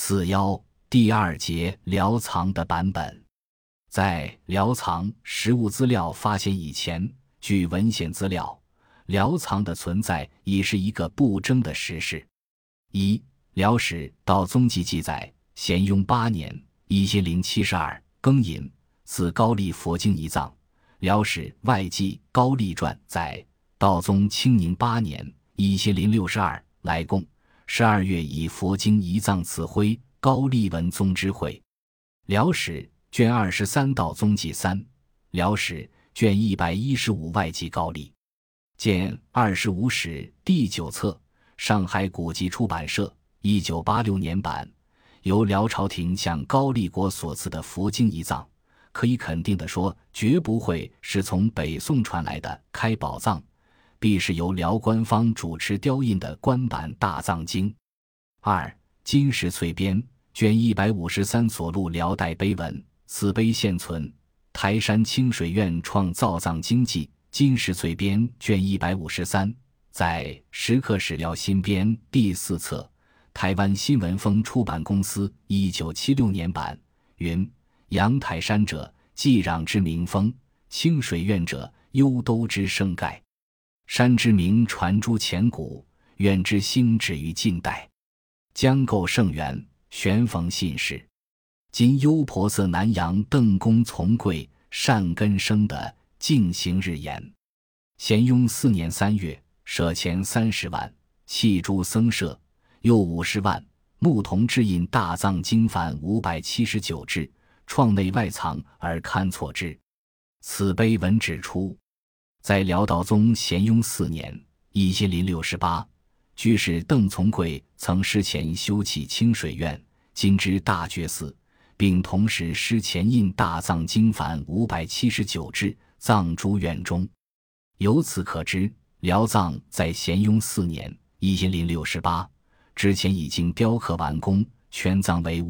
4.1第2节辽藏的版本。在辽藏实物资料发现以前，据文献资料，辽藏的存在已是一个不争的实事。辽史道宗记记载，咸雍8年1072庚寅，赐高丽佛经一藏。辽史外记高丽传载，道宗清宁8年1062来贡12月以佛经一藏赐徽高丽文宗之会。辽史卷23道宗记3，辽史卷115外记高丽。见25史第9册，上海古籍出版社1986年版，由辽朝廷向高丽国所赐的佛经一藏，可以肯定地说，绝不会是从北宋传来的开宝藏，必是由辽官方主持雕印的官版大藏经。金石粹编卷153所录辽代碑文，此碑现存，台山清水院创造藏经记，金石粹编卷153，在石刻史料新编第4册，台湾新闻风出版公司1976年版，云：阳台山者，既壤之名峰；清水院者，幽都之生盖。山之名传诸前古，院之兴止于近代。将构圣元，玄逢信士。今优婆塞南阳邓公从贵善根生的净行日言。咸雍4年3月，舍钱30万，弃诸僧舍，又50万，牧童制印大藏经梵579帙，创内外藏而勘错之。此碑文指出，在辽道宗咸雍4年1068，居士邓从贵曾师前修葺清水院，今之大觉寺，并同时师前印大藏经梵579帙，藏诸院中。由此可知，辽藏在咸雍4年1068之前已经雕刻完工，全藏为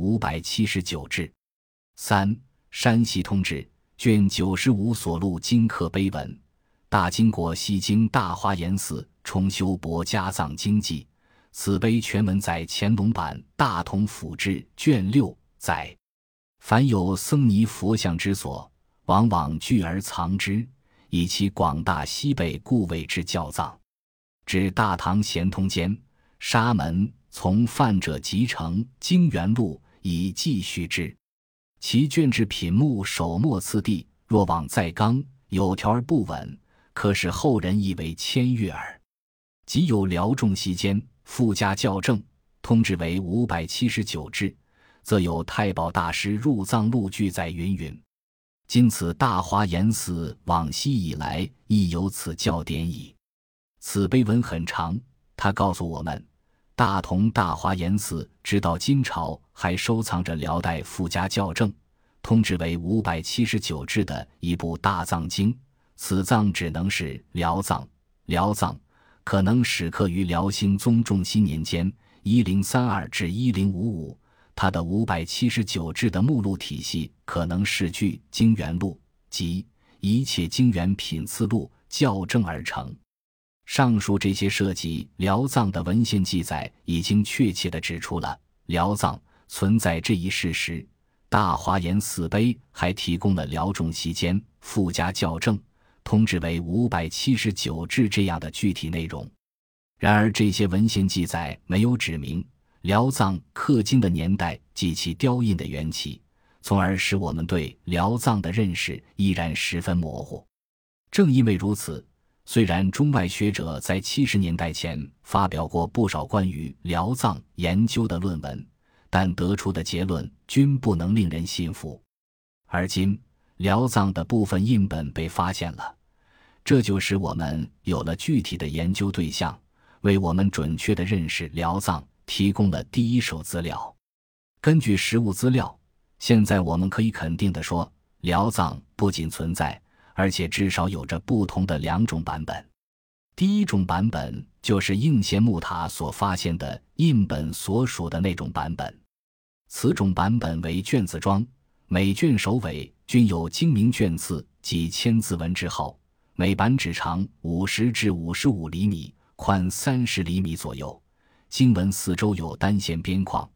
579帙。山西通志卷95所录经刻碑文，大金国西京大华严寺重修博家藏经记，此碑全文在乾隆版大同府志卷6载。凡有僧尼佛像之所，往往聚而藏之，以其广大西北故谓之教藏。至大唐咸通间，沙门从犯者集成经元录以继续之，其卷制品目首末次第，若往再刚，有条而不稳，可使后人以为签阅耳。即有辽众席间附加校正，通志为579帙，则有太保大师入藏录记载云云。今此大华严寺往昔以来亦有此教典矣。此碑文很长，他告诉我们，大同大华严寺直到今朝还收藏着辽代附加校正，通志为579帙的一部大藏经。此藏只能是辽藏，辽藏可能始刻于辽兴宗重熙年间1032至1055，它的579帙的目录体系可能是据经元录及一切经元品次录校正而成。上述这些涉及辽藏的文献记载已经确切地指出了辽藏存在这一事实。大华严寺碑还提供了辽众席间附加校正，通志为579帙这样的具体内容。然而这些文献记载没有指明辽藏刻经的年代及其雕印的缘起，从而使我们对辽藏的认识依然十分模糊。正因为如此，虽然中外学者在70年代前发表过不少关于辽藏研究的论文，但得出的结论均不能令人信服。而今辽藏的部分印本被发现了，这就使我们有了具体的研究对象，为我们准确地认识辽藏提供了第一手资料。根据实物资料，现在我们可以肯定地说，辽藏不仅存在，而且至少有着不同的2种版本。第一种版本就是应县木塔所发现的印本所属的那种版本，此种版本为卷子装，每卷首尾均有精明卷刺及千字文字号，每版只长50至55厘米，宽30厘米左右，经文四周有单线边框，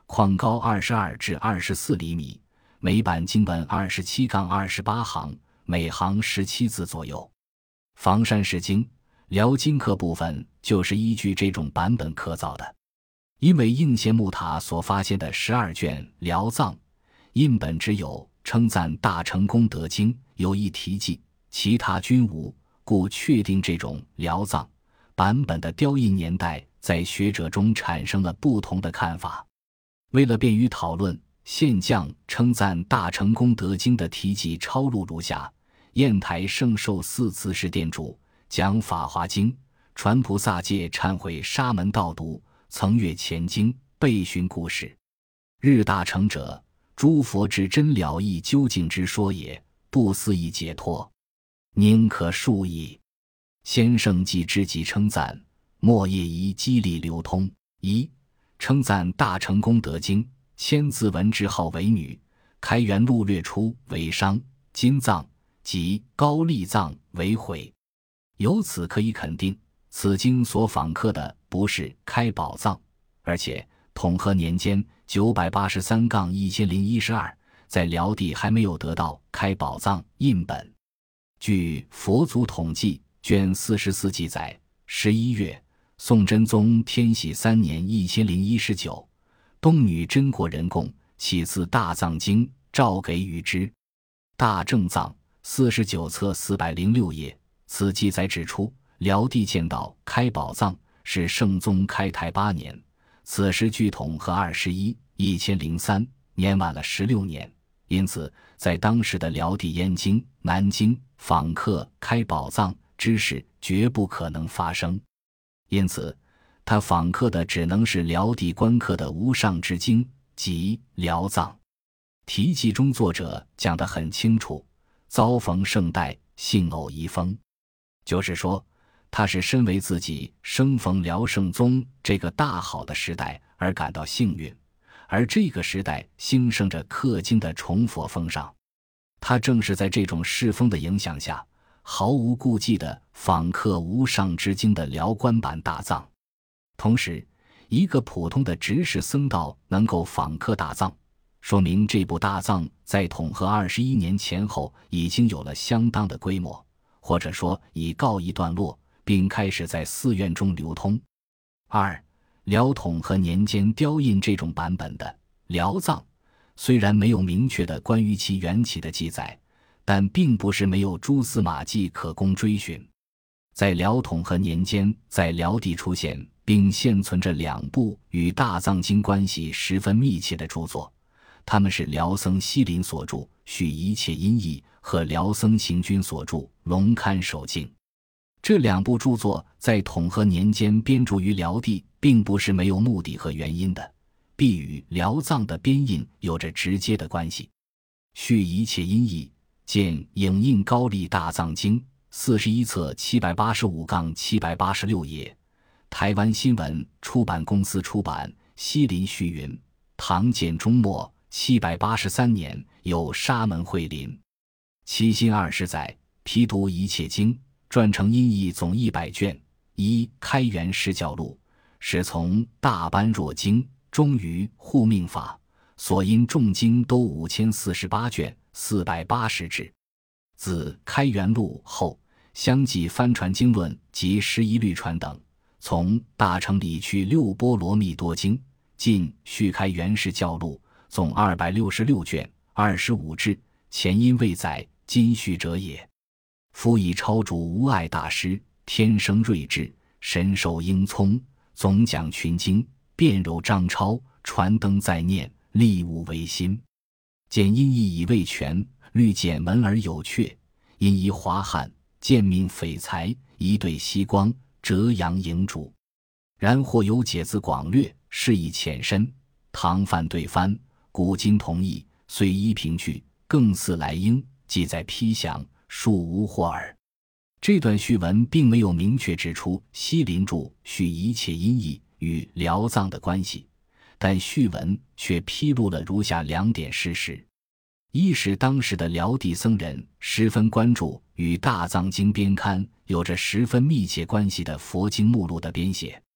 框高22至24厘米，每版经文27-28行，每行17字左右。房山石经、辽金刻部分就是依据这种版本刻造的。因为应县木塔所发现的12卷辽藏印本只有称赞大成功德经有一题记，其他均无，故确定这种辽藏版本的雕印年代在学者中产生了不同的看法。为了便于讨论，现将称赞大成功德经的题记抄录如下：砚台圣寿寺慈氏殿主讲法华经，传菩萨戒忏悔沙门道读，曾阅前经，备询故事。日大成者，诸佛至真了义究竟之说也，不思议解脱，宁可数矣。先圣记之极称赞，末业宜激励流通。一、称赞大成功德经，千字文之号为女，开元录略出为商，金藏及高丽藏为毁。由此可以肯定，此经所仿刻的不是开宝藏，而且统和年间983-1012，在辽地还没有得到开宝藏印本。据佛祖统记卷44记载，11月，宋真宗天禧3年1019，东女真国人供，启赐大藏经，诏给予之。大正藏49册406页，此记载指出，辽地见到开宝藏是圣宗开台8年，此时距统和1003年晚了16年，因此在当时的辽地燕京、南京仿刻开宝藏之事绝不可能发生，因此他仿刻的只能是辽地官刻的无上之经，即辽藏。题记中作者讲得很清楚，遭逢盛代，幸偶遗风，就是说他是身为自己生逢辽圣宗这个大好的时代而感到幸运，而这个时代兴盛着刻经的崇佛风尚，他正是在这种世风的影响下，毫无顾忌地仿刻无上之经的辽官版大藏。同时，一个普通的执事僧道能够仿刻大藏，说明这部大藏在统和21年前后已经有了相当的规模，或者说已告一段落，并开始在寺院中流通。二、辽统和年间雕印这种版本的辽藏，虽然没有明确的关于其缘起的记载，但并不是没有蛛丝马迹可供追寻。在辽统和年间，在辽地出现并现存着2部与大藏经关系十分密切的著作，他们是辽僧西林所著《续一切音译》和辽僧行军所著《龙堪守经》。这2部著作在统和年间编著于辽地，并不是没有目的和原因的，必与辽藏的编印有着直接的关系。《续一切音译》见影印高丽大藏经41册785-786页，台湾新闻出版公司出版。西林续云，唐建中末783年有沙门会林。七新20载，批读一切经，撰成音译总100卷。一、开元释教录，是从大般若经终于护命法，所因众经都5048卷480纸。自开元录后，相继翻传经论及11律传等，从大成理去6波罗蜜多经，晋续开元释教录，总266卷25志，前因未载，今续者也。夫以超主无碍大师，天生睿智，神授英聪，总讲群经，辩柔张超，传灯在念，立物为心。见音译以未全，律简文而有阙，因宜华汉，见命匪才，一对西光，折阳营主。然或有解字广略，释义浅深，唐范对翻，古今同义，虽依凭据，更似来应，即在批详，殊无或耳。这段序文并没有明确指出西林著《续一切音译》与辽藏的关系，但序文却披露了如下2点事实：一是当时的辽地僧人十分关注与大藏经编刊有着十分密切关系的佛经目录的编写；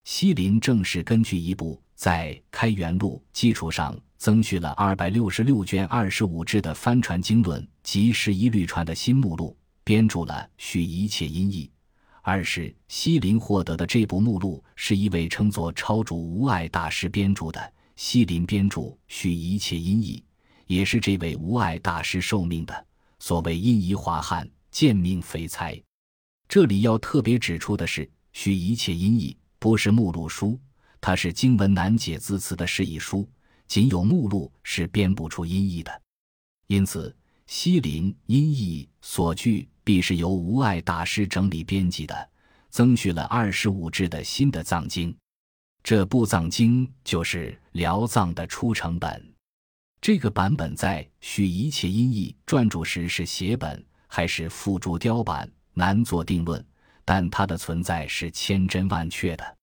西林正是根据一部在开元录基础上增续了266卷25志的帆船经论及11律传的新目录，编著了《续一切音译》。二是西林获得的这部目录是一位称作超主无碍大师编著的，西林编著《续一切音译》，也是这位无碍大师受命的。所谓因疑华汉，见命非才。这里要特别指出的是，《续一切音译》不是目录书，它是经文难解字词的释义书，仅有目录是编不出音译的。因此西林音译所据必是由无碍大师整理编辑的，增续了25志的新的藏经。这部藏经就是辽藏的出成本。这个版本在《续一切音译》撰著时是写本还是附注雕版，难做定论，但它的存在是千真万确的。